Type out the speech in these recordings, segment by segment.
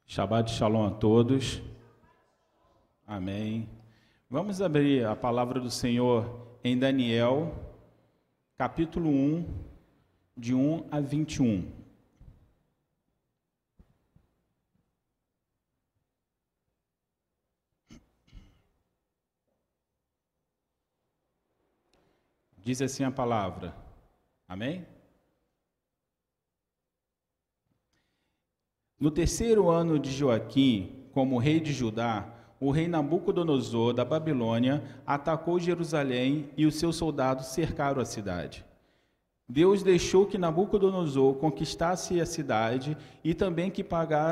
Shabbat Shalom a todos. Amém. Vamos abrir a palavra do Senhor em Daniel, capítulo 1, de 1 a 21. Diz assim a palavra. Amém? No terceiro ano de Joaquim, como rei de Judá, o rei Nabucodonosor da Babilônia atacou Jerusalém e os seus soldados cercaram a cidade. Deus deixou que Nabucodonosor conquistasse a cidade e também que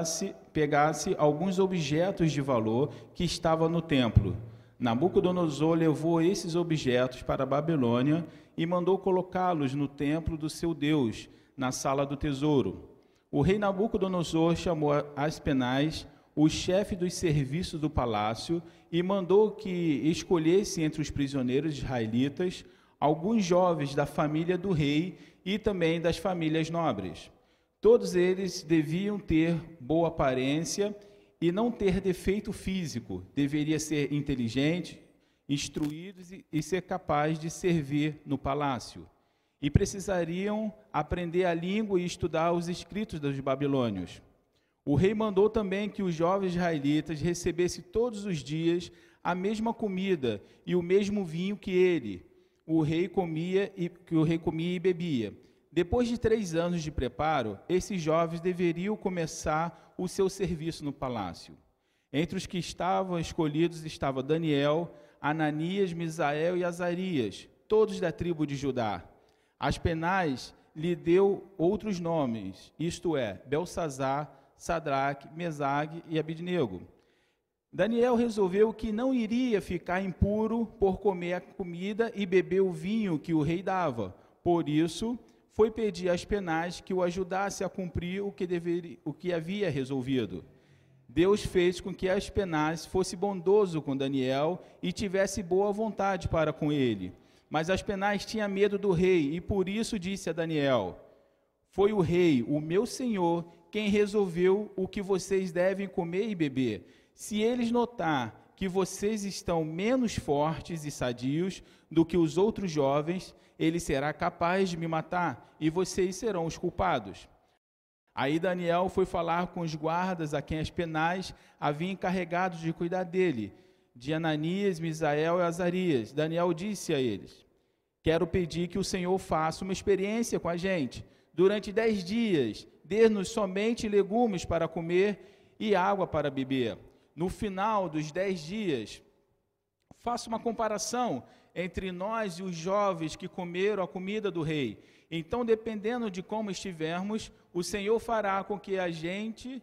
pegasse alguns objetos de valor que estavam no templo. Nabucodonosor levou esses objetos para a Babilônia e mandou colocá-los no templo do seu Deus, na sala do tesouro. O rei Nabucodonosor chamou Aspenaz, o chefe dos serviços do palácio, e mandou que escolhesse entre os prisioneiros israelitas alguns jovens da família do rei e também das famílias nobres. Todos eles deviam ter boa aparência e não ter defeito físico, deveria ser inteligente, instruídos e ser capaz de servir no palácio. E precisariam aprender a língua e estudar os escritos dos babilônios. O rei mandou também que os jovens israelitas recebessem todos os dias a mesma comida e o mesmo vinho que o rei comia e bebia. Depois de 3 anos de preparo, esses jovens deveriam começar o seu serviço no palácio. Entre os que estavam escolhidos estava Daniel, Ananias, Misael e Azarias, todos da tribo de Judá. Aspenaz lhe deu outros nomes, isto é, Belsazar, Sadraque, Mesague e Abidnego. Daniel resolveu que não iria ficar impuro por comer a comida e beber o vinho que o rei dava. Por isso, foi pedir a Aspenaz que o ajudasse a cumprir o que havia resolvido. Deus fez com que Aspenaz fosse bondoso com Daniel e tivesse boa vontade para com ele. Mas Aspenaz tinha medo do rei e por isso disse a Daniel: foi o rei, o meu senhor, quem resolveu o que vocês devem comer e beber. Se eles notar que vocês estão menos fortes e sadios do que os outros jovens, ele será capaz de me matar e vocês serão os culpados. Aí Daniel foi falar com os guardas a quem Aspenaz havia encarregado de cuidar dele, de Ananias, Misael e Azarias. Daniel disse a eles: quero pedir que o Senhor faça uma experiência com a gente. Durante 10 dias, dê-nos somente legumes para comer e água para beber. No final dos 10 dias, faça uma comparação entre nós e os jovens que comeram a comida do rei. Então, dependendo de como estivermos, o Senhor fará com a gente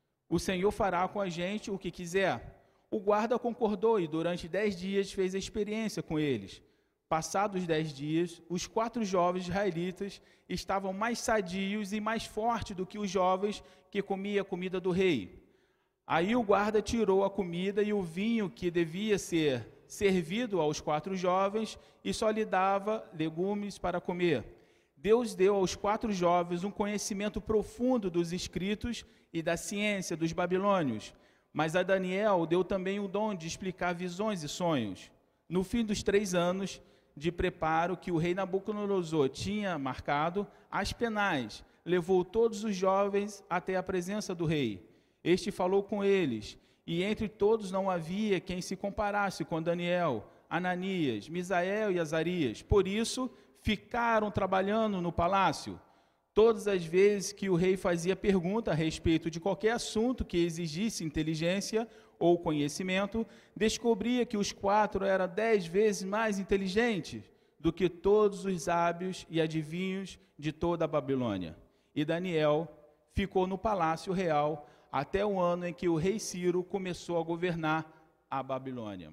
o que quiser. O guarda concordou e durante 10 dias fez a experiência com eles. Passados 10 dias, os 4 jovens israelitas estavam mais sadios e mais fortes do que os jovens que comiam a comida do rei. Aí o guarda tirou a comida e o vinho que devia ser servido aos 4 jovens e só lhe dava legumes para comer. Deus deu aos 4 jovens um conhecimento profundo dos escritos e da ciência dos babilônios, mas a Daniel deu também o dom de explicar visões e sonhos. No fim dos 3 anos de preparo que o rei Nabucodonosor tinha marcado, Aspenaz levou todos os jovens até a presença do rei. Este falou com eles, e entre todos não havia quem se comparasse com Daniel, Ananias, Misael e Azarias. Por isso, ficaram trabalhando no palácio. Todas as vezes que o rei fazia pergunta a respeito de qualquer assunto que exigisse inteligência ou conhecimento, descobria que os 4 eram 10 vezes mais inteligentes do que todos os sábios e adivinhos de toda a Babilônia. E Daniel ficou no palácio real até o ano em que o rei Ciro começou a governar a Babilônia.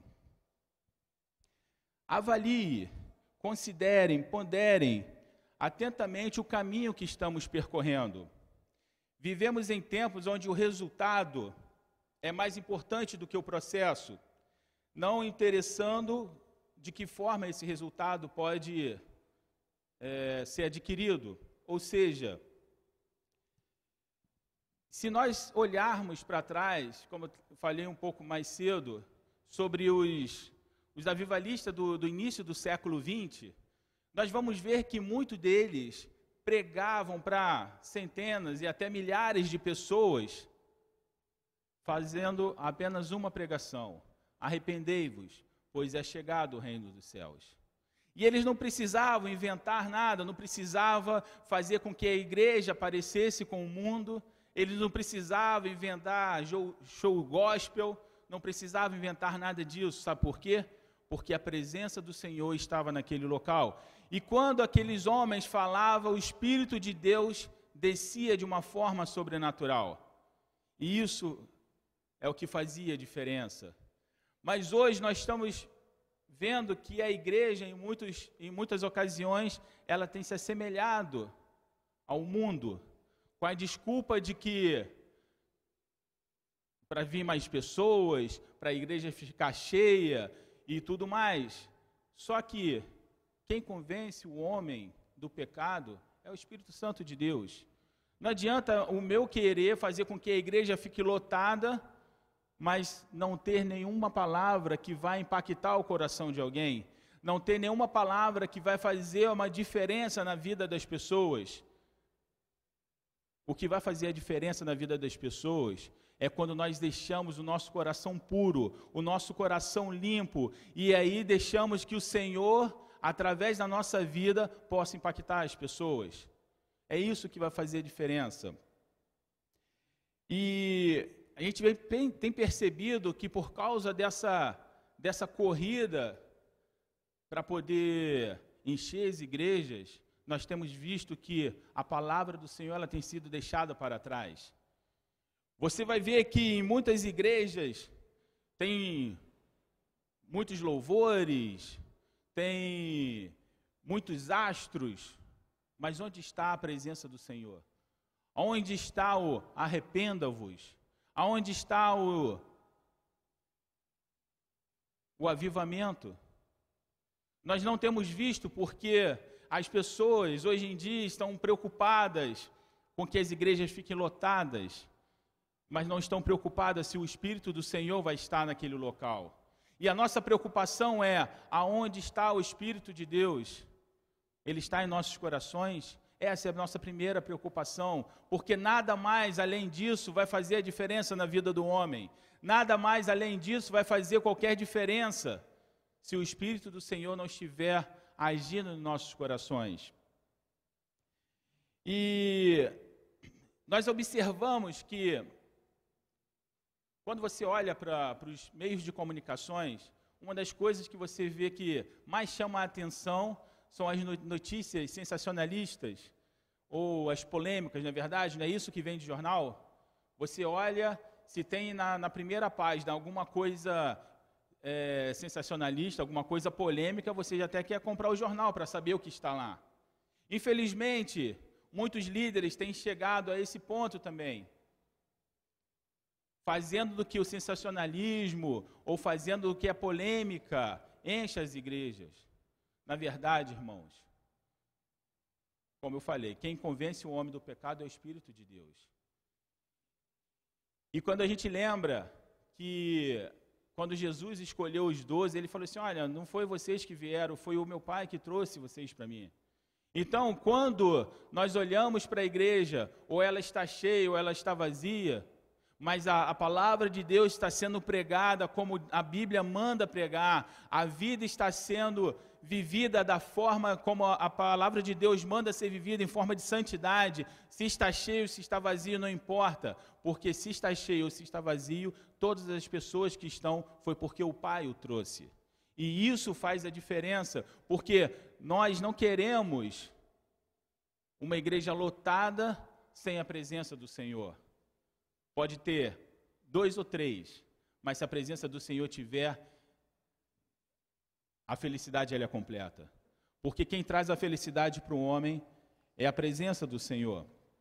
Avalie, considerem, ponderem atentamente o caminho que estamos percorrendo. Vivemos em tempos onde o resultado é mais importante do que o processo, não interessando de que forma esse resultado pode ser adquirido. Ou seja, Se nós olharmos para trás, como eu falei um pouco mais cedo, sobre os avivalistas do início do século XX, nós vamos ver que muitos deles pregavam para centenas e até milhares de pessoas, fazendo apenas uma pregação: arrependei-vos, pois é chegado o reino dos céus. E eles não precisavam inventar nada, não precisavam fazer com que a igreja parecesse com o mundo, eles não precisavam inventar show gospel, não precisavam inventar nada disso. Sabe por quê? Porque a presença do Senhor estava naquele local. E quando aqueles homens falavam, o Espírito de Deus descia de uma forma sobrenatural. E isso é o que fazia a diferença. Mas hoje nós estamos vendo que a igreja, em muitas ocasiões, ela tem se assemelhado ao mundo, com a desculpa de que para vir mais pessoas, para a igreja ficar cheia e tudo mais. Só que quem convence o homem do pecado é o Espírito Santo de Deus. Não adianta o meu querer fazer com que a igreja fique lotada, mas não ter nenhuma palavra que vai impactar o coração de alguém, não ter nenhuma palavra que vai fazer uma diferença na vida das pessoas. O que vai fazer a diferença na vida das pessoas é quando nós deixamos o nosso coração puro, o nosso coração limpo, e aí deixamos que o Senhor, através da nossa vida, possa impactar as pessoas. É isso que vai fazer a diferença. E a gente tem percebido que por causa dessa corrida para poder encher as igrejas, nós temos visto que a palavra do Senhor ela tem sido deixada para trás. Você vai ver que em muitas igrejas tem muitos louvores, tem muitos astros, mas onde está a presença do Senhor? Onde está o arrependa-vos? Aonde está o avivamento? Nós não temos visto porque as pessoas hoje em dia estão preocupadas com que as igrejas fiquem lotadas, mas não estão preocupadas se o Espírito do Senhor vai estar naquele local. E a nossa preocupação é, aonde está o Espírito de Deus? Ele está em nossos corações? Essa é a nossa primeira preocupação, porque nada mais além disso vai fazer a diferença na vida do homem. Nada mais além disso vai fazer qualquer diferença se o Espírito do Senhor não estiver agindo nos nossos corações. E nós observamos que, quando você olha para os meios de comunicações, uma das coisas que você vê que mais chama a atenção são as notícias sensacionalistas, ou as polêmicas, na verdade, não é isso que vem de jornal? Você olha, se tem na primeira página alguma coisa sensacionalista, alguma coisa polêmica, você já até quer comprar o jornal para saber o que está lá. Infelizmente, muitos líderes têm chegado a esse ponto também, fazendo do que o sensacionalismo, ou fazendo do que a polêmica enche as igrejas. Na verdade, irmãos, como eu falei, quem convence o homem do pecado é o Espírito de Deus. E quando a gente lembra que, quando Jesus escolheu os 12, ele falou assim, olha, não foi vocês que vieram, foi o meu Pai que trouxe vocês para mim. Então, quando nós olhamos para a igreja, ou ela está cheia, ou ela está vazia, mas a palavra de Deus está sendo pregada como a Bíblia manda pregar, a vida está sendo vivida da forma como a palavra de Deus manda ser vivida, em forma de santidade. Se está cheio, se está vazio, não importa, porque se está cheio ou se está vazio, todas as pessoas que estão, foi porque o Pai o trouxe. E isso faz a diferença, porque nós não queremos uma igreja lotada sem a presença do Senhor. Pode ter 2 ou 3, mas se a presença do Senhor tiver, a felicidade ela é completa. Porque quem traz a felicidade para o homem é a presença do Senhor.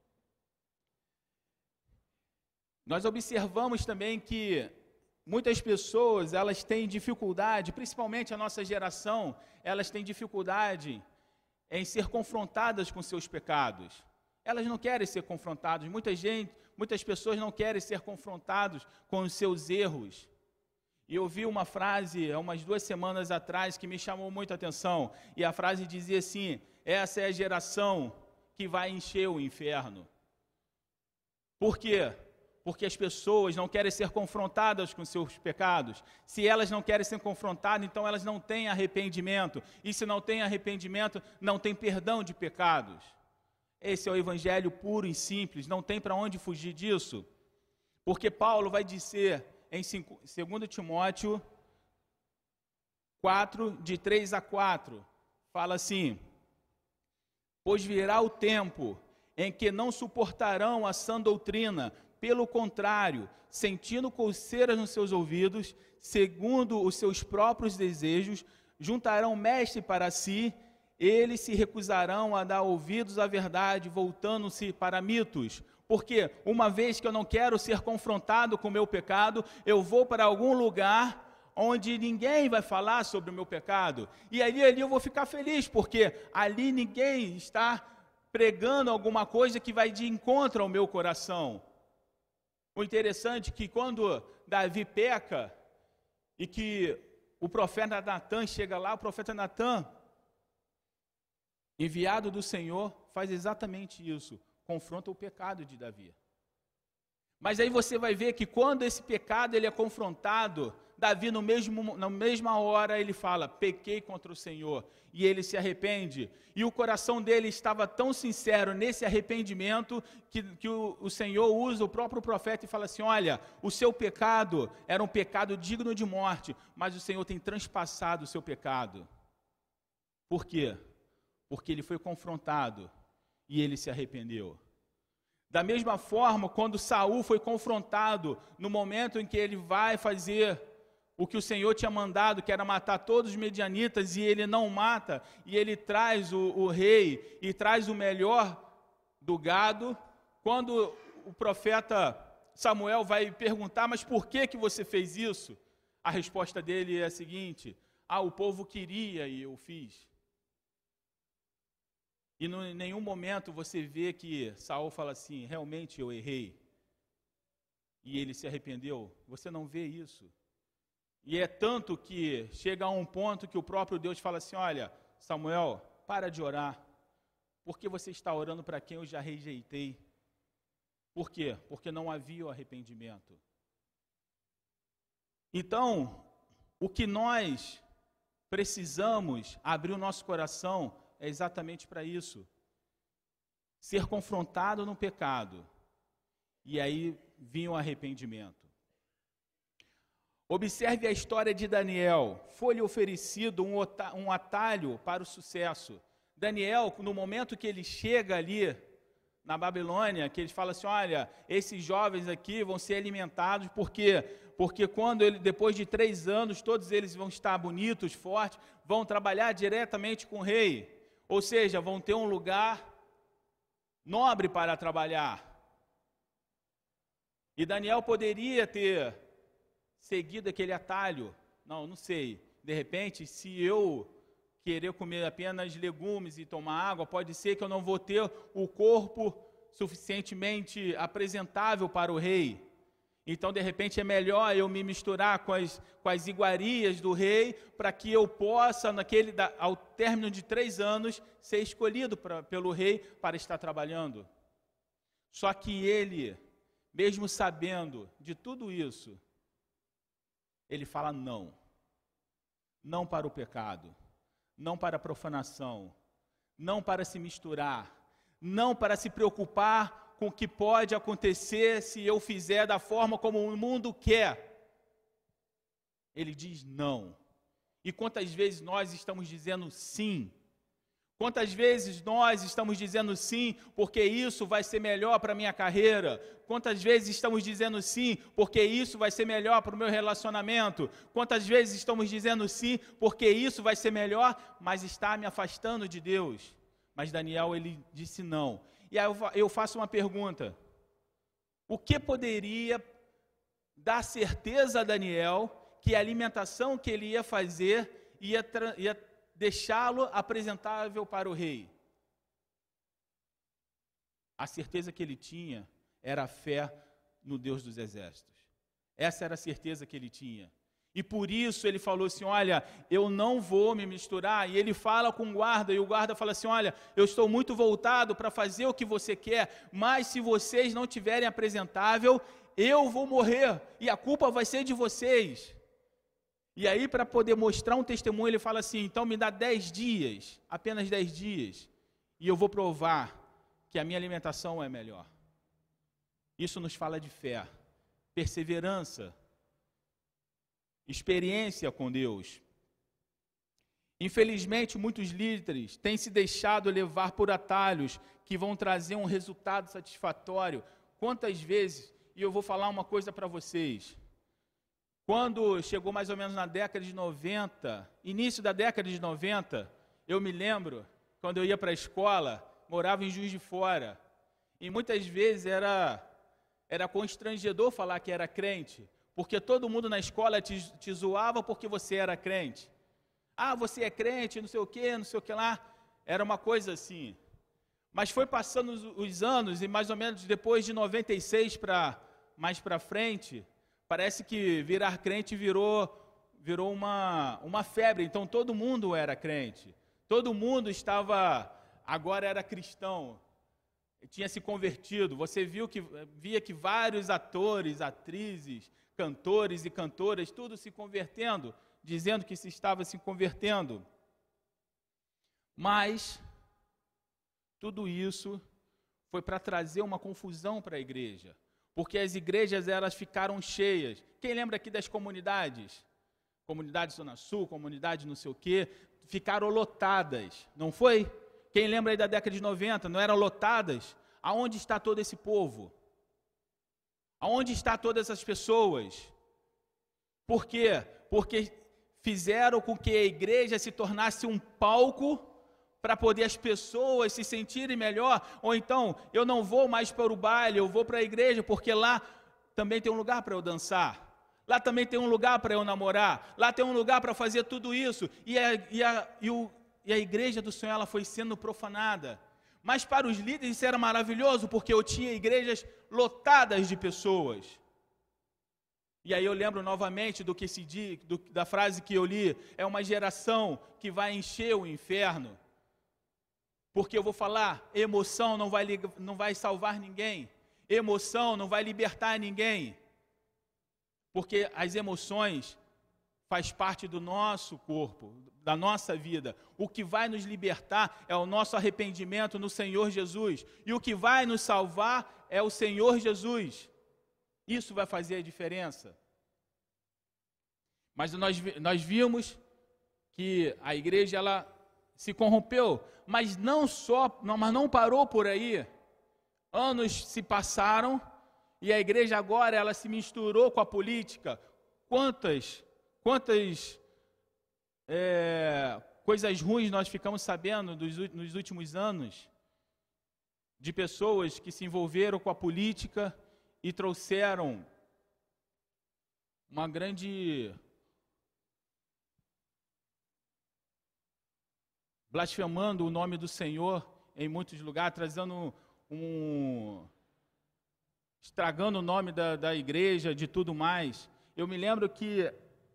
Nós observamos também que muitas pessoas, elas têm dificuldade, principalmente a nossa geração, elas têm dificuldade em ser confrontadas com seus pecados. Elas não querem ser confrontadas. muitas pessoas não querem ser confrontados com os seus erros. E eu vi uma frase, há umas 2 semanas atrás, que me chamou muito a atenção. E a frase dizia assim: essa é a geração que vai encher o inferno. Por quê? Porque as pessoas não querem ser confrontadas com seus pecados. Se elas não querem ser confrontadas, então elas não têm arrependimento. E se não têm arrependimento, não tem perdão de pecados. Esse é o evangelho puro e simples, não tem para onde fugir disso. Porque Paulo vai dizer em 2 Timóteo 4, de 3 a 4, fala assim: pois virá o tempo em que não suportarão a sã doutrina, pelo contrário, sentindo coceiras nos seus ouvidos, segundo os seus próprios desejos, juntarão mestre para si, eles se recusarão a dar ouvidos à verdade, voltando-se para mitos. Porque uma vez que eu não quero ser confrontado com o meu pecado, eu vou para algum lugar onde ninguém vai falar sobre o meu pecado. E ali eu vou ficar feliz, porque ali ninguém está pregando alguma coisa que vai de encontro ao meu coração. O interessante é que quando Davi peca, e que o profeta Natan chega lá, o profeta Natan, enviado do Senhor, faz exatamente isso. Confronta o pecado de Davi. Mas aí você vai ver que quando esse pecado ele é confrontado, Davi na mesma hora ele fala: pequei contra o Senhor, e ele se arrepende. E o coração dele estava tão sincero nesse arrependimento que o Senhor usa o próprio profeta e fala assim: olha, o seu pecado era um pecado digno de morte, mas o Senhor tem transpassado o seu pecado. Por quê? Porque ele foi confrontado e ele se arrependeu. Da mesma forma, quando Saul foi confrontado, no momento em que ele vai fazer o que o Senhor tinha mandado, que era matar todos os medianitas, e ele não mata, e ele traz o rei, e traz o melhor do gado, quando o profeta Samuel vai perguntar: mas por que você fez isso? A resposta dele é a seguinte: o povo queria e eu fiz. E em nenhum momento você vê que Saul fala assim: realmente eu errei, e ele se arrependeu. Você não vê isso. E é tanto que chega a um ponto que o próprio Deus fala assim: olha, Samuel, para de orar, porque você está orando para quem eu já rejeitei. Por quê? Porque não havia o arrependimento. Então, o que nós precisamos abrir o nosso coração é exatamente para isso. Ser confrontado no pecado. E aí vinha o arrependimento. Observe a história de Daniel. Foi-lhe oferecido um atalho para o sucesso. Daniel, no momento que ele chega ali na Babilônia, que ele fala assim: olha, esses jovens aqui vão ser alimentados, por quê? Porque depois de 3 anos, todos eles vão estar bonitos, fortes, vão trabalhar diretamente com o rei. Ou seja, vão ter um lugar nobre para trabalhar. E Daniel poderia ter seguido aquele atalho. Não sei. De repente, se eu querer comer apenas legumes e tomar água, pode ser que eu não vou ter o corpo suficientemente apresentável para o rei. Então, de repente, é melhor eu me misturar com as iguarias do rei, para que eu possa, ao término de 3 anos, ser escolhido pelo rei para estar trabalhando. Só que ele, mesmo sabendo de tudo isso, ele fala não. Não para o pecado, não para a profanação, não para se misturar, não para se preocupar com o que pode acontecer se eu fizer da forma como o mundo quer. Ele diz não. E quantas vezes nós estamos dizendo sim? Quantas vezes nós estamos dizendo sim, porque isso vai ser melhor para a minha carreira? Quantas vezes estamos dizendo sim, porque isso vai ser melhor para o meu relacionamento? Quantas vezes estamos dizendo sim, porque isso vai ser melhor, mas está me afastando de Deus? Mas Daniel, ele disse não. E aí eu faço uma pergunta: o que poderia dar certeza a Daniel que a alimentação que ele ia fazer ia deixá-lo apresentável para o rei? A certeza que ele tinha era a fé no Deus dos exércitos. Essa era a certeza que ele tinha. E por isso ele falou assim, olha, eu não vou me misturar. E ele fala com o guarda, e o guarda fala assim, olha, eu estou muito voltado para fazer o que você quer, mas se vocês não tiverem apresentável, eu vou morrer, e a culpa vai ser de vocês. E aí, para poder mostrar um testemunho, ele fala assim, então me dá 10 dias, apenas 10 dias, e eu vou provar que a minha alimentação é melhor. Isso nos fala de fé, perseverança, experiência com Deus. Infelizmente, muitos líderes têm se deixado levar por atalhos que vão trazer um resultado satisfatório. Quantas vezes, e eu vou falar uma coisa para vocês, quando chegou mais ou menos na década de 90, início da década de 90, eu me lembro, quando eu ia para a escola, morava em Juiz de Fora, e muitas vezes era constrangedor falar que era crente, porque todo mundo na escola te zoava porque você era crente. Ah, você é crente, não sei o que lá. Era uma coisa assim. Mas foi passando os anos, e mais ou menos depois de 96 mais para frente, parece que virar crente virou uma febre. Então todo mundo era crente. Todo mundo agora era cristão. Tinha se convertido. Você via que vários atores, atrizes, cantores e cantoras, tudo se convertendo, dizendo que se estava se convertendo. Mas tudo isso foi para trazer uma confusão para a igreja, porque as igrejas elas ficaram cheias. Quem lembra aqui das comunidades? Comunidade Zona Sul, comunidade não sei o quê, ficaram lotadas, não foi? Quem lembra aí da década de 90, não eram lotadas? Aonde está todo esse povo? Aonde estão todas essas pessoas? Por quê? Porque fizeram com que a igreja se tornasse um palco para poder as pessoas se sentirem melhor, ou então, eu não vou mais para o baile, eu vou para a igreja, porque lá também tem um lugar para eu dançar, lá também tem um lugar para eu namorar, lá tem um lugar para fazer tudo isso, e a igreja do Senhor ela foi sendo profanada. Mas para os líderes isso era maravilhoso, porque eu tinha igrejas lotadas de pessoas. E aí eu lembro novamente da frase que eu li, é uma geração que vai encher o inferno. Porque eu vou falar, emoção não vai salvar ninguém, emoção não vai libertar ninguém. Porque as emoções faz parte do nosso corpo, da nossa vida. O que vai nos libertar é o nosso arrependimento no Senhor Jesus. E o que vai nos salvar é o Senhor Jesus. Isso vai fazer a diferença. Mas nós vimos que a igreja ela se corrompeu, mas não parou por aí. Anos se passaram e a igreja agora ela se misturou com a política. Quantas coisas ruins nós ficamos sabendo nos últimos anos, de pessoas que se envolveram com a política e trouxeram uma grande blasfemando o nome do Senhor em muitos lugares, trazendo estragando o nome da igreja, de tudo mais. Eu me lembro que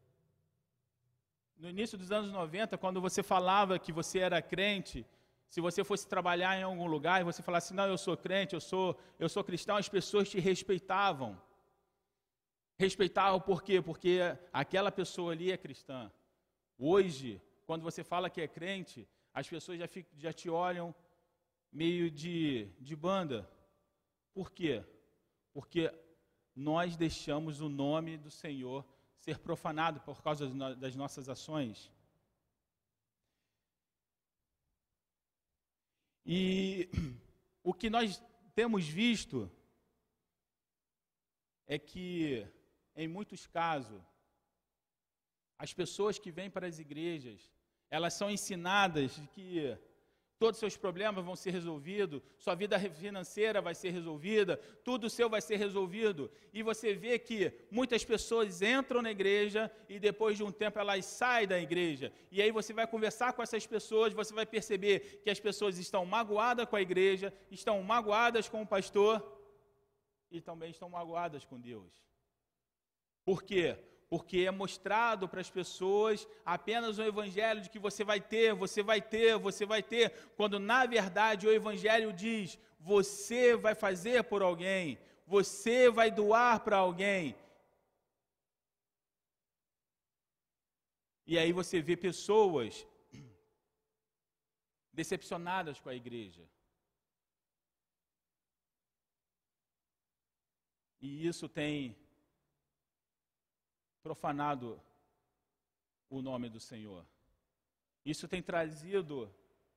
no início dos anos 90, quando você falava que você era crente, se você fosse trabalhar em algum lugar e você falasse, não, eu sou crente, eu sou cristão, as pessoas te respeitavam. Respeitavam por quê? Porque aquela pessoa ali é cristã. Hoje, quando você fala que é crente, as pessoas já te olham meio de banda. Por quê? Porque nós deixamos o nome do Senhor ser profanado por causa das nossas ações. E o que nós temos visto é que, em muitos casos, as pessoas que vêm para as igrejas, elas são ensinadas de que todos os seus problemas vão ser resolvidos, sua vida financeira vai ser resolvida, tudo seu vai ser resolvido. E você vê que muitas pessoas entram na igreja e depois de um tempo elas saem da igreja. E aí você vai conversar com essas pessoas, você vai perceber que as pessoas estão magoadas com a igreja, estão magoadas com o pastor. e também estão magoadas com Deus. Por quê? Porque é mostrado para as pessoas apenas o evangelho de que você vai ter, quando na verdade o evangelho diz, você vai fazer por alguém, você vai doar para alguém. E aí você vê pessoas decepcionadas com a igreja. E isso tem profanado o nome do Senhor. Isso tem trazido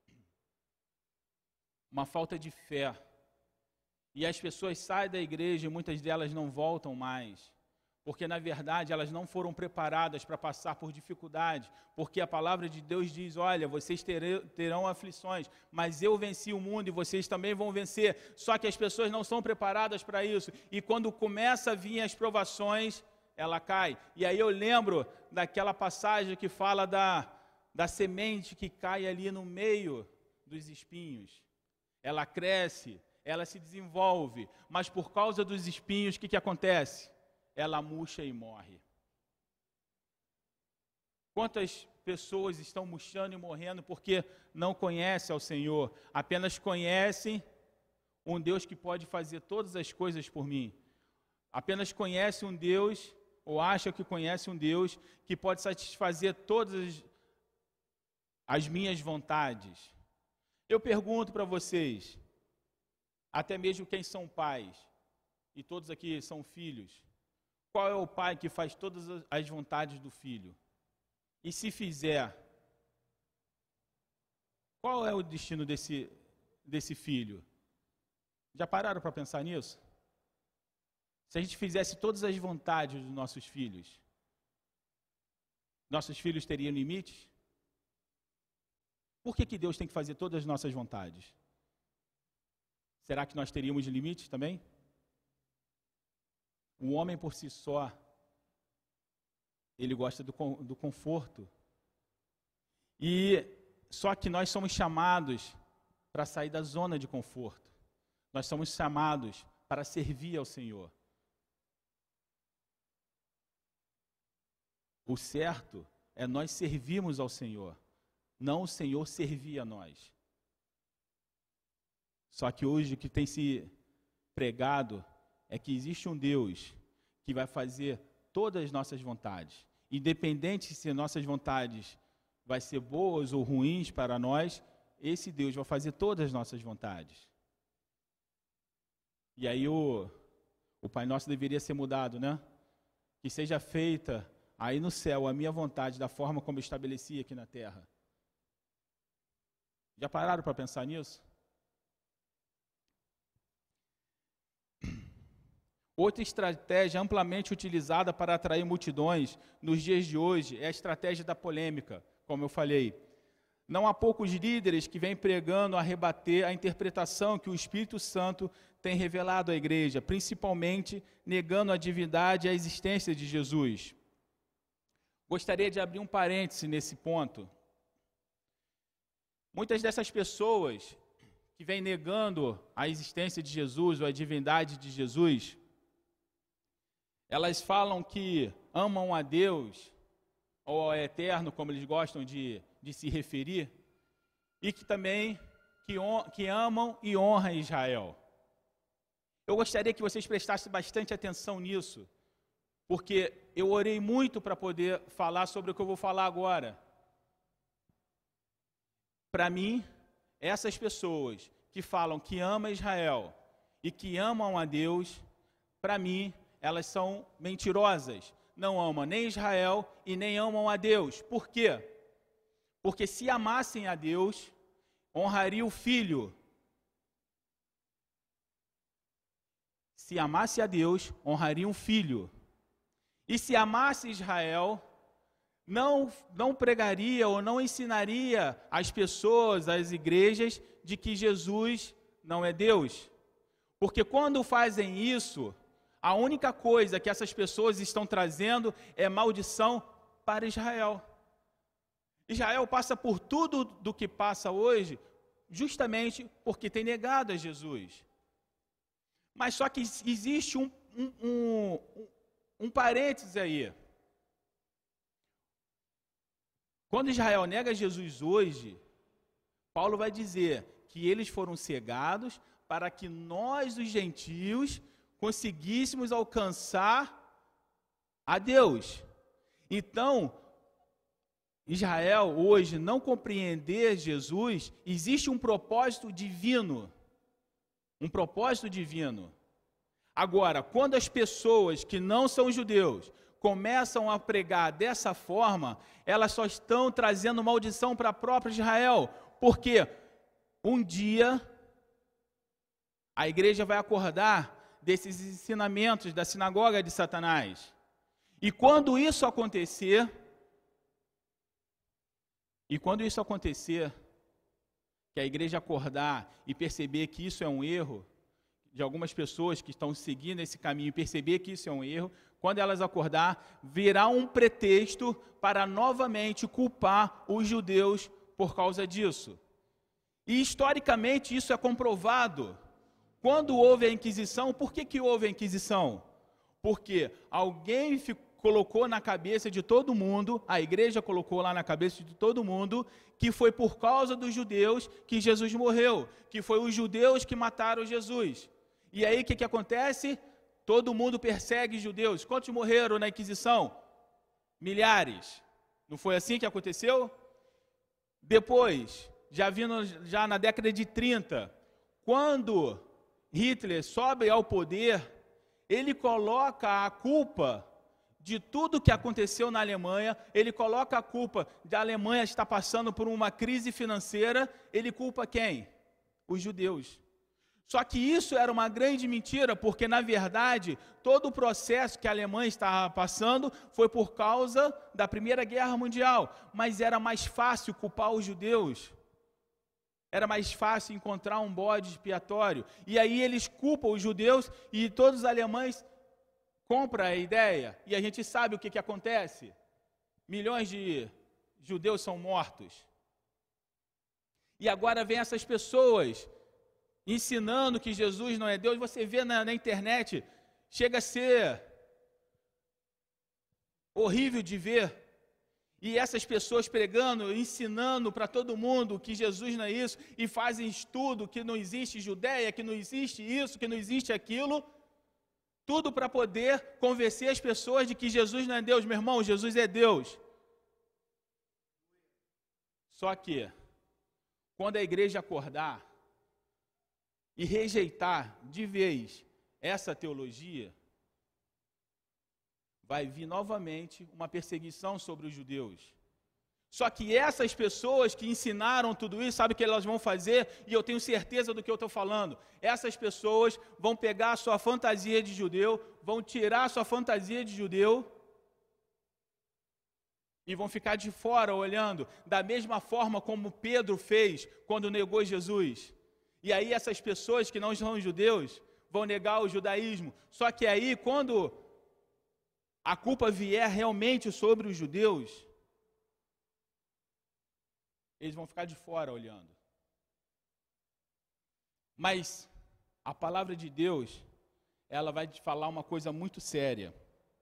uma falta de fé. E as pessoas saem da igreja e muitas delas não voltam mais. Porque, na verdade, elas não foram preparadas para passar por dificuldades. Porque a palavra de Deus diz, olha, vocês terão aflições, mas eu venci o mundo e vocês também vão vencer. Só que as pessoas não são preparadas para isso. E quando começa a vir as provações, ela cai. E aí eu lembro daquela passagem que fala da semente que cai ali no meio dos espinhos. Ela cresce, ela se desenvolve, mas por causa dos espinhos, o que acontece? Ela murcha e morre. Quantas pessoas estão murchando e morrendo porque não conhecem ao Senhor, apenas conhecem um Deus que pode fazer todas as coisas por mim. Apenas conhece um Deus, ou acha que conhece um Deus, que pode satisfazer todas as minhas vontades. Eu pergunto para vocês, até mesmo quem são pais, e todos aqui são filhos, qual é o pai que faz todas as vontades do filho? E se fizer, qual é o destino desse filho? Já pararam para pensar nisso? Se a gente fizesse todas as vontades dos nossos filhos teriam limites? Por que Deus tem que fazer todas as nossas vontades? Será que nós teríamos limites também? O homem por si só, ele gosta do conforto. E só que nós somos chamados para sair da zona de conforto. Nós somos chamados para servir ao Senhor. O certo é nós servirmos ao Senhor, não o Senhor servir a nós. Só que hoje o que tem se pregado é que existe um Deus que vai fazer todas as nossas vontades. Independente se nossas vontades vai ser boas ou ruins para nós, esse Deus vai fazer todas as nossas vontades. E aí o Pai Nosso deveria ser mudado, né? Que seja feita aí no céu a minha vontade da forma como eu estabeleci aqui na terra. Já pararam para pensar nisso? Outra estratégia amplamente utilizada para atrair multidões nos dias de hoje é a estratégia da polêmica, como eu falei. Não há poucos líderes que vêm pregando a rebater a interpretação que o Espírito Santo tem revelado à igreja, principalmente negando a divindade e a existência de Jesus. Gostaria de abrir um parêntese nesse ponto. Muitas dessas pessoas que vêm negando a existência de Jesus ou a divindade de Jesus, elas falam que amam a Deus, ou ao Eterno, como eles gostam de se referir, e que também que amam e honram Israel. Eu gostaria que vocês prestassem bastante atenção nisso, porque eu orei muito para poder falar sobre o que eu vou falar agora. Para mim, essas pessoas que falam que amam Israel e que amam a Deus, para mim, elas são mentirosas. Não amam nem Israel e nem amam a Deus. Por quê? Porque se amassem a Deus, honrariam o Filho. Se amasse a Deus, honrariam o Filho. E se amasse Israel, não pregaria ou não ensinaria às pessoas, às igrejas, de que Jesus não é Deus. Porque quando fazem isso, a única coisa que essas pessoas estão trazendo é maldição para Israel. Israel passa por tudo do que passa hoje, justamente porque tem negado a Jesus. Mas só que existe um parênteses aí. Quando Israel nega Jesus hoje, Paulo vai dizer que eles foram cegados para que nós, os gentios, conseguíssemos alcançar a Deus. Então, Israel hoje não compreender Jesus, existe um propósito divino. Um propósito divino. Agora, quando as pessoas que não são judeus começam a pregar dessa forma, elas só estão trazendo maldição para a própria Israel, porque um dia a igreja vai acordar desses ensinamentos da sinagoga de Satanás. E quando isso acontecer, que a igreja acordar e perceber que isso é um erro, de algumas pessoas que estão seguindo esse caminho e perceber que isso é um erro, quando elas acordar, virá um pretexto para novamente culpar os judeus por causa disso. E historicamente isso é comprovado. Quando houve a Inquisição, por que houve a Inquisição? Porque alguém colocou na cabeça de todo mundo, a igreja colocou lá na cabeça de todo mundo, que foi por causa dos judeus que Jesus morreu, que foi os judeus que mataram Jesus. E aí o que acontece? Todo mundo persegue judeus. Quantos morreram na Inquisição? Milhares. Não foi assim que aconteceu? Depois, já na década de 30, quando Hitler sobe ao poder, ele coloca a culpa de tudo que aconteceu na Alemanha, ele coloca a culpa da Alemanha estar passando por uma crise financeira, ele culpa quem? Os judeus. Só que isso era uma grande mentira, porque na verdade, todo o processo que a Alemanha estava passando foi por causa da Primeira Guerra Mundial, mas era mais fácil culpar os judeus. Era mais fácil encontrar um bode expiatório. E aí eles culpam os judeus e todos os alemães compram a ideia. E a gente sabe o que acontece. Milhões de judeus são mortos. E agora vem essas pessoas ensinando que Jesus não é Deus. Você vê na internet, chega a ser horrível de ver. E essas pessoas pregando, ensinando para todo mundo que Jesus não é isso, e fazem estudo que não existe Judeia, que não existe isso, que não existe aquilo, tudo para poder convencer as pessoas de que Jesus não é Deus. Meu irmão, Jesus é Deus. Só que, quando a igreja acordar e rejeitar de vez essa teologia, vai vir novamente uma perseguição sobre os judeus. Só que essas pessoas que ensinaram tudo isso, sabe o que elas vão fazer? E eu tenho certeza do que eu estou falando. Essas pessoas vão pegar a sua fantasia de judeu, vão tirar a sua fantasia de judeu e vão ficar de fora olhando, da mesma forma como Pedro fez quando negou Jesus. E aí essas pessoas que não são judeus vão negar o judaísmo. Só que aí, quando a culpa vier realmente sobre os judeus, eles vão ficar de fora olhando. Mas a palavra de Deus, ela vai te falar uma coisa muito séria.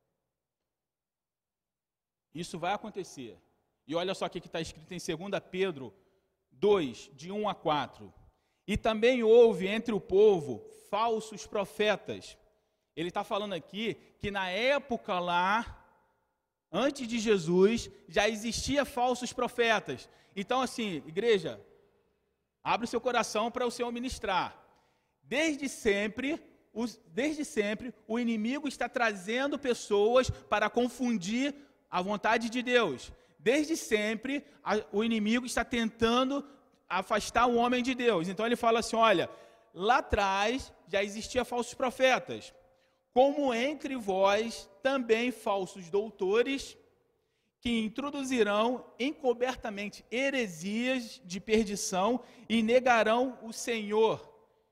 Isso vai acontecer. E olha só o que está escrito em 2 Pedro 2, de 1 a 4. E também houve entre o povo falsos profetas. Ele está falando aqui que na época lá, antes de Jesus, já existia falsos profetas. Então assim, igreja, abre o seu coração para o Senhor ministrar. Desde sempre, o inimigo está trazendo pessoas para confundir a vontade de Deus. Desde sempre, o inimigo está tentando afastar o homem de Deus. Então ele fala assim, olha, lá atrás já existia falsos profetas, como entre vós também falsos doutores, que introduzirão encobertamente heresias de perdição e negarão o Senhor,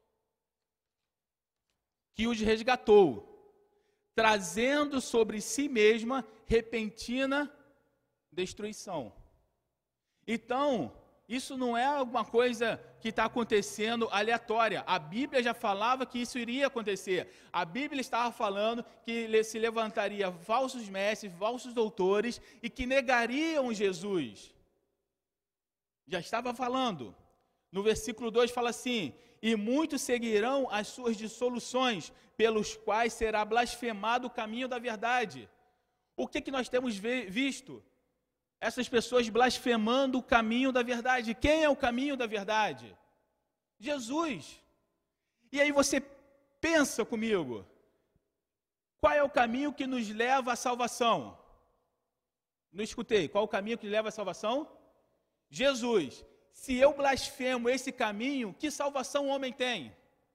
que os resgatou, trazendo sobre si mesma repentina destruição. Então, Isso não é alguma coisa que está acontecendo aleatória. A Bíblia já falava que isso iria acontecer. A Bíblia estava falando que se levantaria falsos mestres, falsos doutores e que negariam Jesus. Já estava falando. No versículo 2 fala assim: e muitos seguirão as suas dissoluções, pelos quais será blasfemado o caminho da verdade. O que nós temos visto? Essas pessoas blasfemando o caminho da verdade. Quem é o caminho da verdade? Jesus. E aí você pensa comigo, qual é o caminho que nos leva à salvação? Não escutei, qual é o caminho que leva à salvação? Jesus. Se eu blasfemo esse caminho, que salvação o homem tem?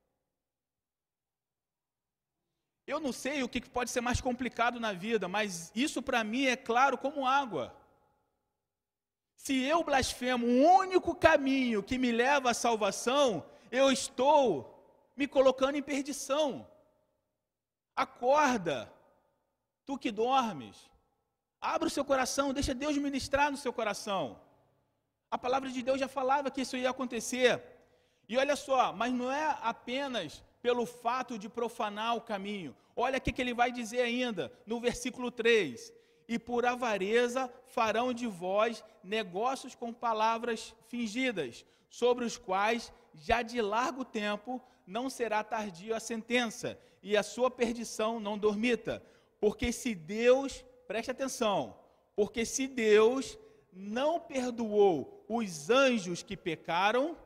Eu não sei o que pode ser mais complicado na vida, mas isso para mim é claro como água. Se eu blasfemo o único caminho que me leva à salvação, eu estou me colocando em perdição. Acorda, tu que dormes. Abra o seu coração, deixa Deus ministrar no seu coração. A palavra de Deus já falava que isso ia acontecer. E olha só, mas não é apenas pelo fato de profanar o caminho. Olha o que ele vai dizer ainda, no versículo 3. E por avareza farão de vós negócios com palavras fingidas, sobre os quais já de largo tempo não será tardio a sentença, e a sua perdição não dormita. Porque se Deus, preste atenção, porque se Deus não perdoou os anjos que pecaram,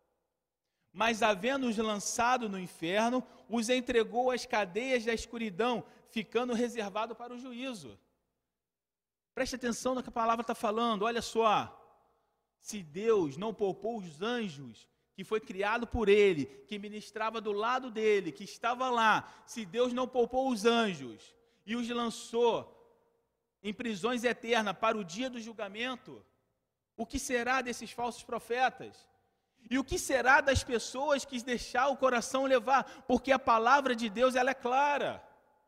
mas havendo-os lançado no inferno, os entregou às cadeias da escuridão, ficando reservado para o juízo. Preste atenção no que a palavra está falando, olha só. Se Deus não poupou os anjos, que foi criado por Ele, que ministrava do lado dele, que estava lá, se Deus não poupou os anjos e os lançou em prisões eternas para o dia do julgamento, o que será desses falsos profetas? E o que será das pessoas que deixar o coração levar? Porque a palavra de Deus, ela é clara.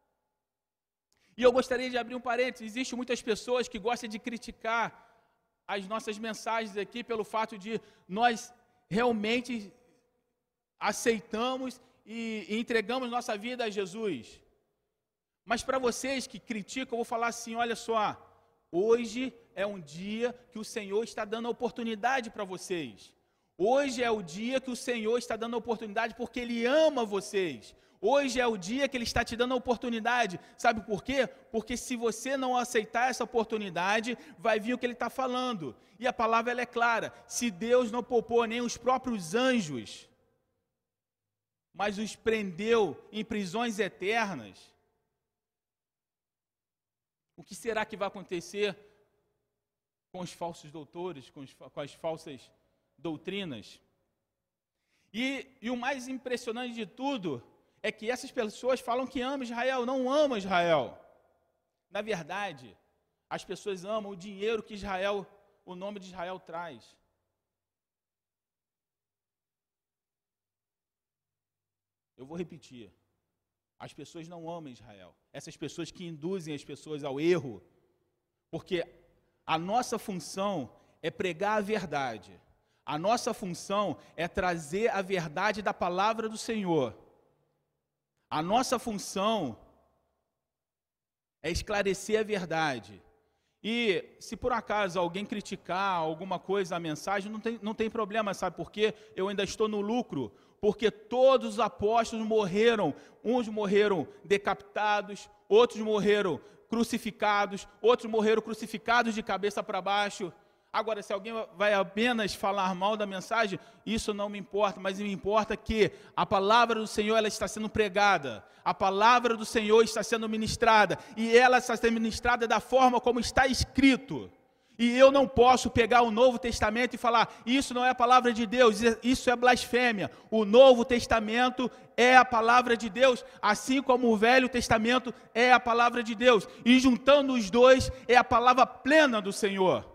E eu gostaria de abrir um parênteses. Existem muitas pessoas que gostam de criticar as nossas mensagens aqui pelo fato de nós realmente aceitamos e entregamos nossa vida a Jesus. Mas para vocês que criticam, eu vou falar assim, olha só, hoje é um dia que o Senhor está dando a oportunidade para vocês. Hoje é o dia que o Senhor está dando a oportunidade porque Ele ama vocês. Hoje é o dia que Ele está te dando a oportunidade. Sabe por quê? Porque se você não aceitar essa oportunidade, vai vir o que Ele está falando. E a palavra ela é clara. Se Deus não poupou nem os próprios anjos, mas os prendeu em prisões eternas, o que será que vai acontecer com os falsos doutores, com as falsas doutrinas? E o mais impressionante de tudo é que essas pessoas falam que amam Israel, não amam Israel. Na verdade, as pessoas amam o dinheiro que Israel, o nome de Israel traz. Eu vou repetir. As pessoas não amam Israel. Essas pessoas que induzem as pessoas ao erro, porque a nossa função é pregar a verdade. A nossa função é trazer a verdade da palavra do Senhor. A nossa função é esclarecer a verdade. E se por acaso alguém criticar alguma coisa, a mensagem, não tem problema, sabe por quê? Eu ainda estou no lucro, porque todos os apóstolos morreram. Uns morreram decapitados, outros morreram crucificados, outros morreram crucificados de cabeça para baixo. Agora, se alguém vai apenas falar mal da mensagem, isso não me importa, mas me importa que a palavra do Senhor ela está sendo pregada, a palavra do Senhor está sendo ministrada, e ela está sendo ministrada da forma como está escrito. E eu não posso pegar o Novo Testamento e falar, isso não é a palavra de Deus, isso é blasfêmia. O Novo Testamento é a palavra de Deus, assim como o Velho Testamento é a palavra de Deus. E juntando os dois, é a palavra plena do Senhor.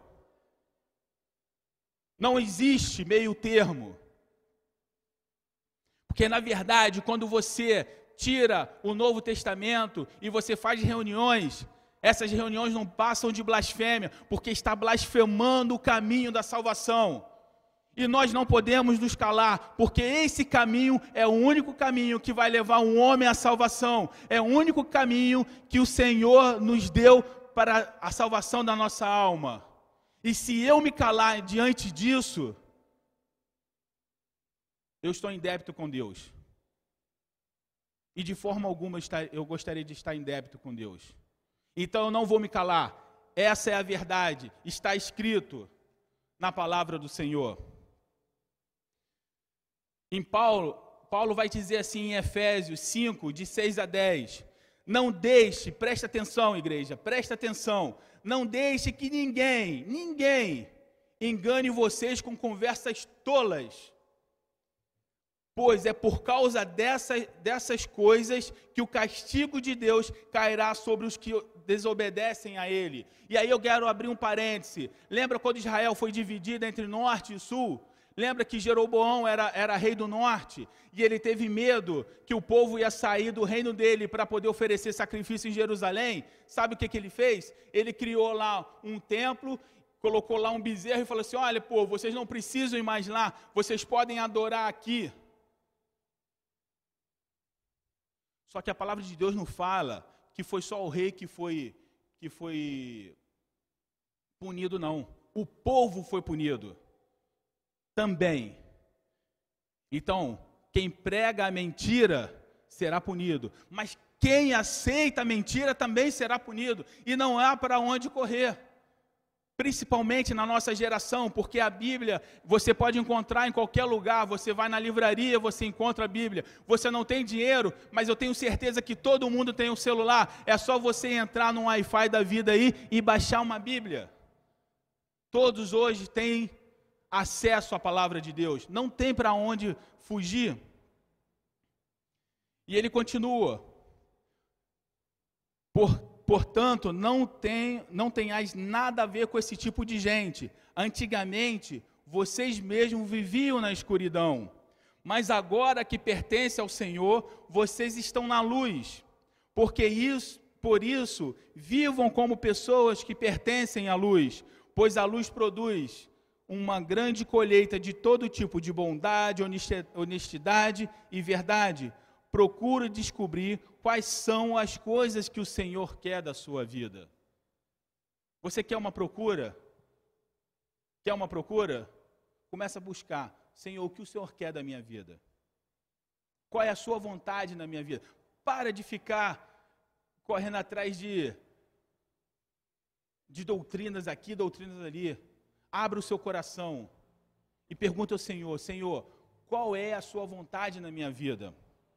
Não existe meio termo. Porque, na verdade, quando você tira o Novo Testamento e você faz reuniões, essas reuniões não passam de blasfêmia, porque está blasfemando o caminho da salvação. E nós não podemos nos calar, porque esse caminho é o único caminho que vai levar um homem à salvação. É o único caminho que o Senhor nos deu para a salvação da nossa alma. E se eu me calar diante disso, eu estou em débito com Deus. E de forma alguma eu gostaria de estar em débito com Deus. Então eu não vou me calar. Essa é a verdade. Está escrito na palavra do Senhor. Em Paulo vai dizer assim em Efésios 5, de 6 a 10. Não deixe, presta atenção, igreja, presta atenção. Não deixe que ninguém engane vocês com conversas tolas. Pois é por causa dessas coisas que o castigo de Deus cairá sobre os que desobedecem a Ele. E aí eu quero abrir um parêntese. Lembra quando Israel foi dividido entre norte e sul? Lembra que Jeroboão era rei do norte? E ele teve medo que o povo ia sair do reino dele para poder oferecer sacrifício em Jerusalém? Sabe o que ele fez? Ele criou lá um templo, colocou lá um bezerro e falou assim, olha, pô, vocês não precisam ir mais lá, vocês podem adorar aqui. Só que a palavra de Deus não fala que foi só o rei que foi punido, não. O povo foi punido também. Então, quem prega a mentira será punido. Mas quem aceita a mentira também será punido. E não há para onde correr. Principalmente na nossa geração, porque a Bíblia você pode encontrar em qualquer lugar. Você vai na livraria, você encontra a Bíblia. Você não tem dinheiro, mas eu tenho certeza que todo mundo tem um celular. É só você entrar no Wi-Fi da vida aí e baixar uma Bíblia. Todos hoje têm acesso à palavra de Deus. Não tem para onde fugir. E ele continua. Portanto, não tenhais nada a ver com esse tipo de gente. Antigamente, vocês mesmos viviam na escuridão. Mas agora que pertence ao Senhor, vocês estão na luz. Por isso, vivam como pessoas que pertencem à luz. Pois a luz produz uma grande colheita de todo tipo de bondade, honestidade e verdade. Procure descobrir quais são as coisas que o Senhor quer da sua vida. Você quer uma procura? Quer uma procura? Começa a buscar. Senhor, o que o Senhor quer da minha vida? Qual é a sua vontade na minha vida? Para de ficar correndo atrás de doutrinas aqui, doutrinas ali. Abra o seu coração e pergunta ao Senhor, Senhor, qual é a sua vontade na minha vida?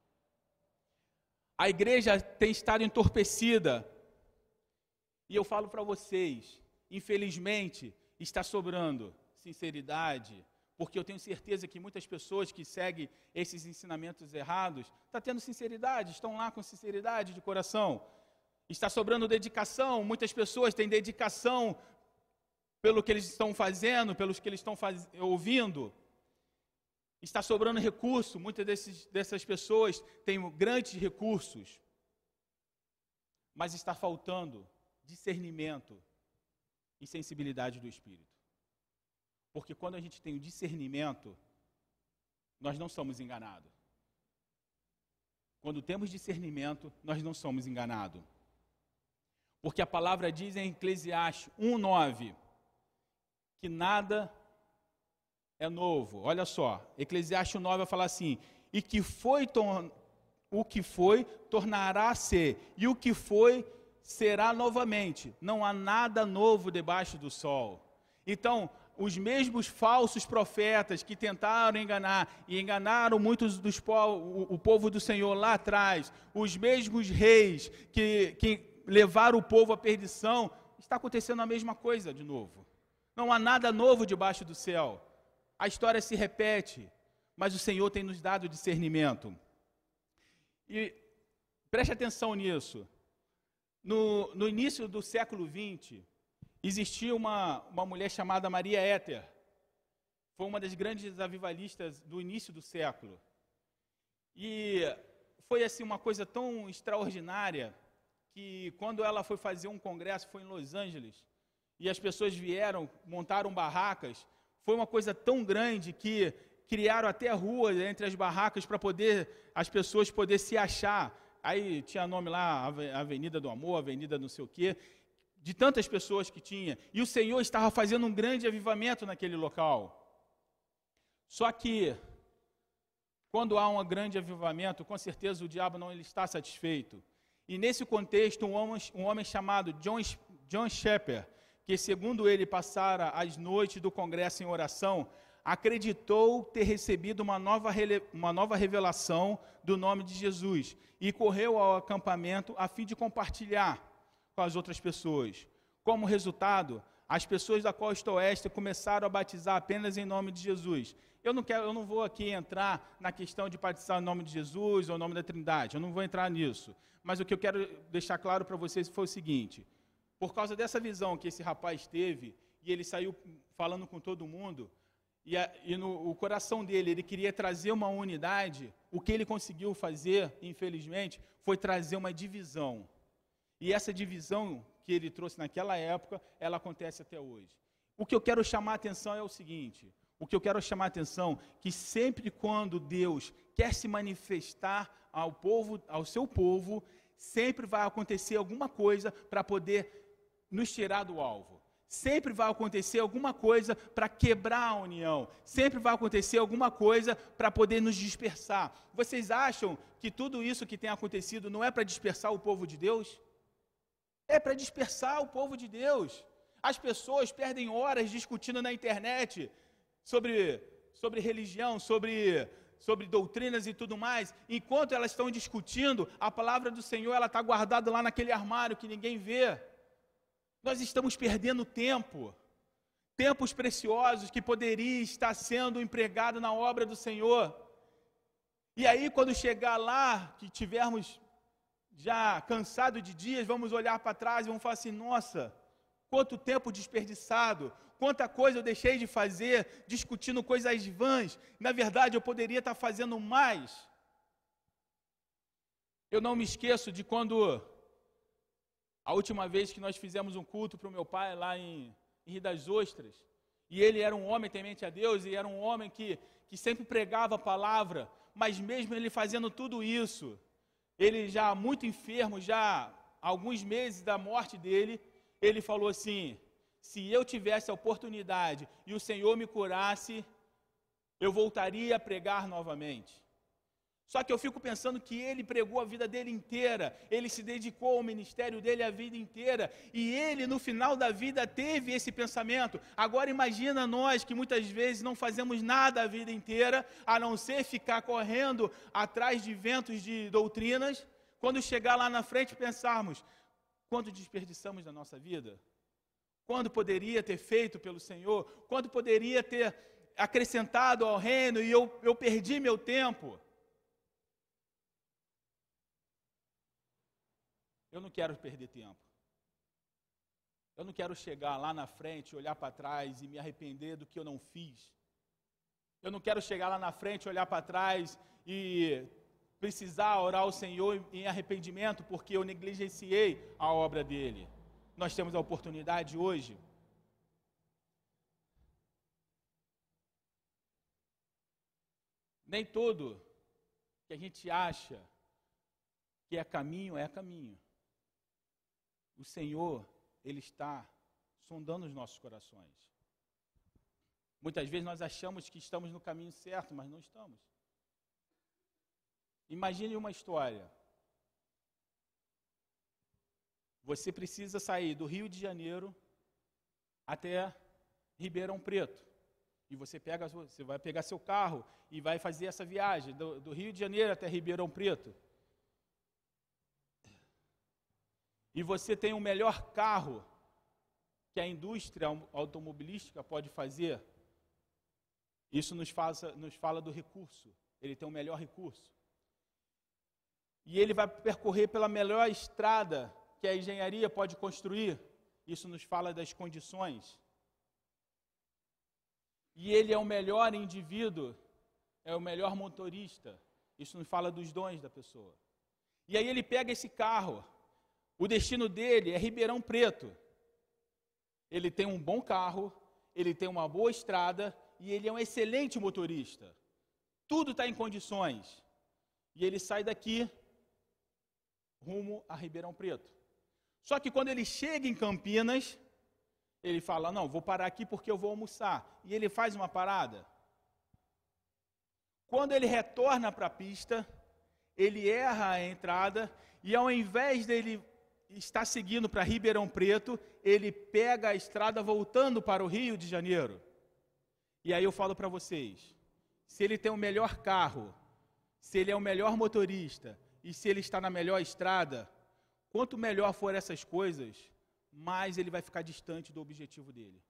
A igreja tem estado entorpecida. E eu falo para vocês, infelizmente, está sobrando sinceridade, porque eu tenho certeza que muitas pessoas que seguem esses ensinamentos errados, estão tendo sinceridade, estão lá com sinceridade de coração. Está sobrando dedicação, muitas pessoas têm dedicação pelo que eles estão fazendo, pelos que eles estão ouvindo. Está sobrando recurso, muitas dessas pessoas têm grandes recursos, mas está faltando discernimento e sensibilidade do Espírito. Porque quando a gente tem o discernimento, nós não somos enganados. Quando temos discernimento, nós não somos enganados. Porque a palavra diz em Eclesiastes 1:9, que nada é novo. Olha só, Eclesiastes 9 vai falar assim, o que foi, tornará a ser, e o que foi, será novamente. Não há nada novo debaixo do sol. Então, os mesmos falsos profetas que tentaram enganar, e enganaram muitos o povo do Senhor lá atrás, os mesmos reis que levaram o povo à perdição, está acontecendo a mesma coisa de novo. Não há nada novo debaixo do céu. A história se repete, mas o Senhor tem nos dado discernimento. E preste atenção nisso. No início do século XX, existia uma mulher chamada Maria Éter. Foi uma das grandes avivalistas do início do século. E foi assim uma coisa tão extraordinária que quando ela foi fazer um congresso, foi em Los Angeles, e as pessoas vieram, montaram barracas, foi uma coisa tão grande que criaram até ruas entre as barracas para poder as pessoas poderem se achar. Aí tinha nome lá, Avenida do Amor, Avenida não sei o quê, de tantas pessoas que tinha. E o Senhor estava fazendo um grande avivamento naquele local. Só que, quando há um grande avivamento, com certeza o diabo não ele está satisfeito. E nesse contexto, um homem chamado John Shepherd, que segundo ele passara as noites do congresso em oração, acreditou ter recebido uma nova revelação do nome de Jesus e correu ao acampamento a fim de compartilhar com as outras pessoas. Como resultado, as pessoas da costa oeste começaram a batizar apenas em nome de Jesus. Eu não vou aqui entrar na questão de batizar em nome de Jesus ou em nome da Trindade, eu não vou entrar nisso. Mas o que eu quero deixar claro para vocês foi o seguinte: por causa dessa visão que esse rapaz teve, e ele saiu falando com todo mundo, e no coração dele, ele queria trazer uma unidade, o que ele conseguiu fazer, infelizmente, foi trazer uma divisão. E essa divisão que ele trouxe naquela época, ela acontece até hoje. O que eu quero chamar a atenção é o seguinte: que sempre quando Deus quer se manifestar ao seu povo, sempre vai acontecer alguma coisa para poder nos tirar do alvo. Sempre vai acontecer alguma coisa para quebrar a união. Sempre vai acontecer alguma coisa para poder nos dispersar. Vocês acham que tudo isso que tem acontecido não é para dispersar o povo de Deus? É para dispersar o povo de Deus. As pessoas perdem horas discutindo na internet sobre religião, sobre doutrinas e tudo mais. Enquanto elas estão discutindo, a palavra do Senhor ela está guardada lá naquele armário que ninguém vê. Nós estamos perdendo tempo, tempos preciosos que poderia estar sendo empregado na obra do Senhor. E aí, quando chegar lá, que tivermos já cansado de dias, vamos olhar para trás e vamos falar assim: nossa, quanto tempo desperdiçado, quanta coisa eu deixei de fazer, discutindo coisas vãs. Na verdade, eu poderia estar fazendo mais. Eu não me esqueço de quando a última vez que nós fizemos um culto para o meu pai lá em Rio das Ostras, e ele era um homem temente a Deus, e era um homem que sempre pregava a palavra, mas mesmo ele fazendo tudo isso, ele já muito enfermo, já há alguns meses da morte dele, ele falou assim: se eu tivesse a oportunidade e o Senhor me curasse, eu voltaria a pregar novamente. Só que eu fico pensando que ele pregou a vida dele inteira, ele se dedicou ao ministério dele a vida inteira, e ele no final da vida teve esse pensamento. Agora imagina nós que muitas vezes não fazemos nada a vida inteira, a não ser ficar correndo atrás de ventos de doutrinas, quando chegar lá na frente pensarmos: quanto desperdiçamos da nossa vida? Quando poderia ter feito pelo Senhor? Quando poderia ter acrescentado ao reino e eu perdi meu tempo? Eu não quero perder tempo. Eu não quero chegar lá na frente, olhar para trás e me arrepender do que eu não fiz. Eu não quero chegar lá na frente, olhar para trás e precisar orar ao Senhor em arrependimento porque eu negligenciei a obra dele. Nós temos a oportunidade hoje. Nem tudo que a gente acha que é caminho, é caminho. O Senhor, Ele está sondando os nossos corações. Muitas vezes nós achamos que estamos no caminho certo, mas não estamos. Imagine uma história. Você precisa sair do Rio de Janeiro até Ribeirão Preto. E você vai pegar seu carro e vai fazer essa viagem do Rio de Janeiro até Ribeirão Preto. E você tem o melhor carro que a indústria automobilística pode fazer. Isso nos fala do recurso. Ele tem o melhor recurso. E ele vai percorrer pela melhor estrada que a engenharia pode construir. Isso nos fala das condições. E ele é o melhor indivíduo, é o melhor motorista. Isso nos fala dos dons da pessoa. E aí ele pega esse carro. O destino dele é Ribeirão Preto. Ele tem um bom carro, ele tem uma boa estrada e ele é um excelente motorista. Tudo está em condições. E ele sai daqui rumo a Ribeirão Preto. Só que quando ele chega em Campinas, ele fala, não, vou parar aqui porque eu vou almoçar. E ele faz uma parada. Quando ele retorna para a pista, ele erra a entrada e ao invés dele estar seguindo para Ribeirão Preto, ele pega a estrada voltando para o Rio de Janeiro. E aí eu falo para vocês, se ele tem o melhor carro, se ele é o melhor motorista e se ele está na melhor estrada, quanto melhor for essas coisas, mais ele vai ficar distante do objetivo dele.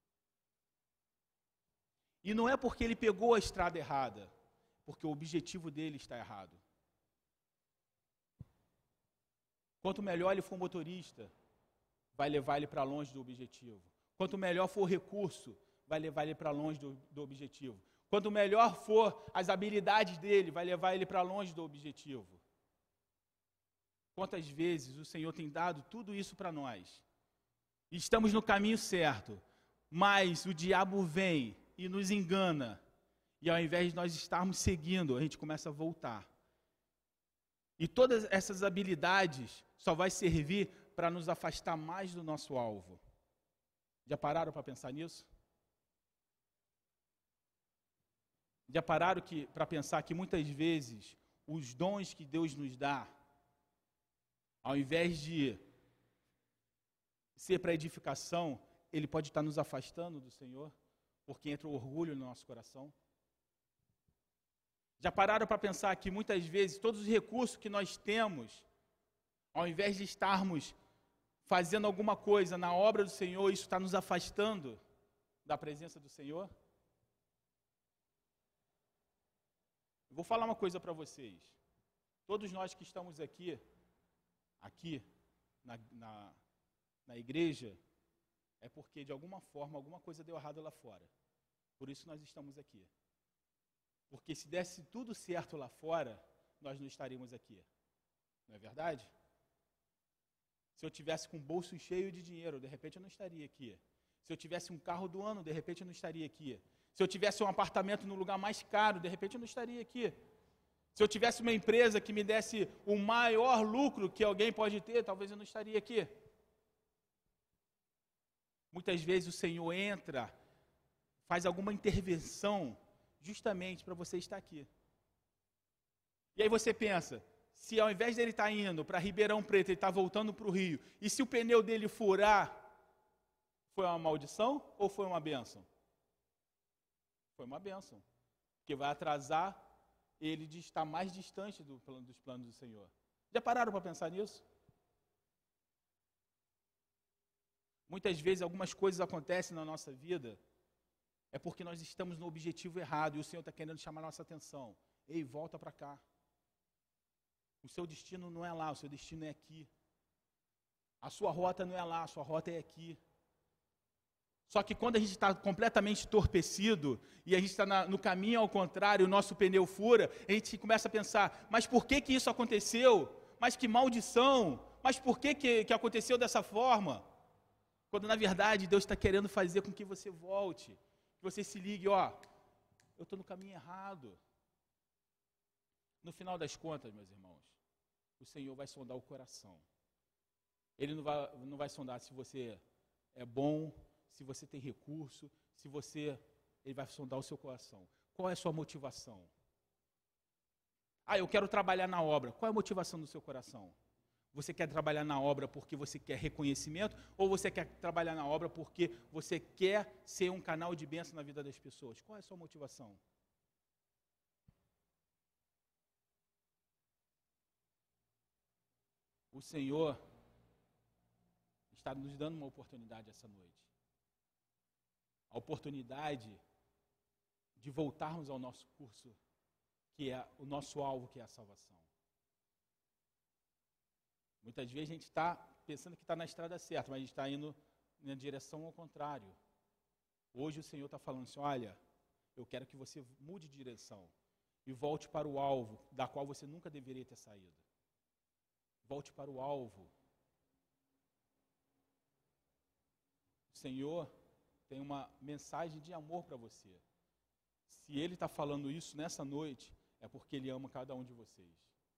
E não é porque ele pegou a estrada errada, porque o objetivo dele está errado. Quanto melhor ele for motorista, vai levar ele para longe do objetivo. Quanto melhor for o recurso, vai levar ele para longe do objetivo. Quanto melhor for as habilidades dele, vai levar ele para longe do objetivo. Quantas vezes o Senhor tem dado tudo isso para nós? E estamos no caminho certo, mas o diabo vem e nos engana. E ao invés de nós estarmos seguindo, a gente começa a voltar. E todas essas habilidades só vai servir para nos afastar mais do nosso alvo. Já pararam para pensar nisso? Já pararam para pensar que muitas vezes os dons que Deus nos dá, ao invés de ser para edificação, ele pode estar nos afastando do Senhor, porque entra o orgulho no nosso coração? Já pararam para pensar que muitas vezes todos os recursos que nós temos, ao invés de estarmos fazendo alguma coisa na obra do Senhor, isso está nos afastando da presença do Senhor? Eu vou falar uma coisa para vocês. Todos nós que estamos aqui na igreja, é porque de alguma forma, alguma coisa deu errado lá fora. Por isso nós estamos aqui. Porque se desse tudo certo lá fora, nós não estaríamos aqui. Não é verdade? Se eu tivesse com o bolso cheio de dinheiro, de repente eu não estaria aqui. Se eu tivesse um carro do ano, de repente eu não estaria aqui. Se eu tivesse um apartamento no lugar mais caro, de repente eu não estaria aqui. Se eu tivesse uma empresa que me desse o maior lucro que alguém pode ter, talvez eu não estaria aqui. Muitas vezes o Senhor entra, faz alguma intervenção, justamente para você estar aqui. E aí você pensa, se ao invés dele estar indo para Ribeirão Preto, ele está voltando para o Rio, e se o pneu dele furar, foi uma maldição ou foi uma bênção? Foi uma bênção, porque vai atrasar ele de estar mais distante dos planos do Senhor. Já pararam para pensar nisso? Muitas vezes algumas coisas acontecem na nossa vida, é porque nós estamos no objetivo errado, e o Senhor está querendo chamar a nossa atenção. Ei, volta para cá. O seu destino não é lá, o seu destino é aqui. A sua rota não é lá, a sua rota é aqui. Só que quando a gente está completamente entorpecido e a gente está no caminho ao contrário, o nosso pneu fura, a gente começa a pensar, mas por que isso aconteceu? Mas que maldição! Mas por que aconteceu dessa forma? Quando na verdade Deus está querendo fazer com que você volte, que você se ligue, eu estou no caminho errado. No final das contas, meus irmãos, o Senhor vai sondar o coração. Ele não vai sondar se você é bom, se você tem recurso, ele vai sondar o seu coração. Qual é a sua motivação? Eu quero trabalhar na obra. Qual é a motivação do seu coração? Você quer trabalhar na obra porque você quer reconhecimento ou você quer trabalhar na obra porque você quer ser um canal de bênção na vida das pessoas? Qual é a sua motivação? O Senhor está nos dando uma oportunidade essa noite. A oportunidade de voltarmos ao nosso curso, que é o nosso alvo, que é a salvação. Muitas vezes a gente está pensando que está na estrada certa, mas a gente está indo na direção ao contrário. Hoje o Senhor está falando assim, olha, eu quero que você mude de direção e volte para o alvo, da qual você nunca deveria ter saído. Volte para o alvo. O Senhor tem uma mensagem de amor para você. Se Ele está falando isso nessa noite, é porque Ele ama cada um de vocês.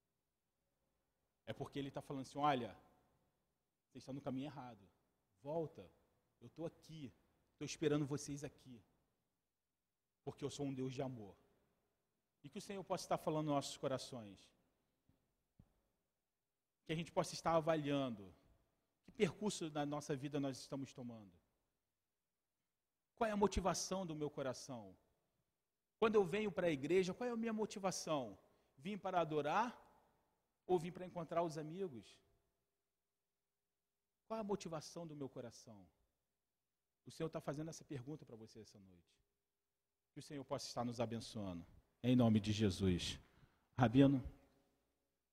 É porque Ele está falando assim, olha, vocês estão no caminho errado. Volta, eu estou aqui, estou esperando vocês aqui. Porque eu sou um Deus de amor. E que o Senhor possa estar falando nos nossos corações. Que a gente possa estar avaliando que percurso da nossa vida nós estamos tomando. Qual é a motivação do meu coração? Quando eu venho para a igreja, qual é a minha motivação? Vim para adorar ou vim para encontrar os amigos? Qual é a motivação do meu coração? O Senhor está fazendo essa pergunta para você essa noite. Que o Senhor possa estar nos abençoando. Em nome de Jesus. Rabino.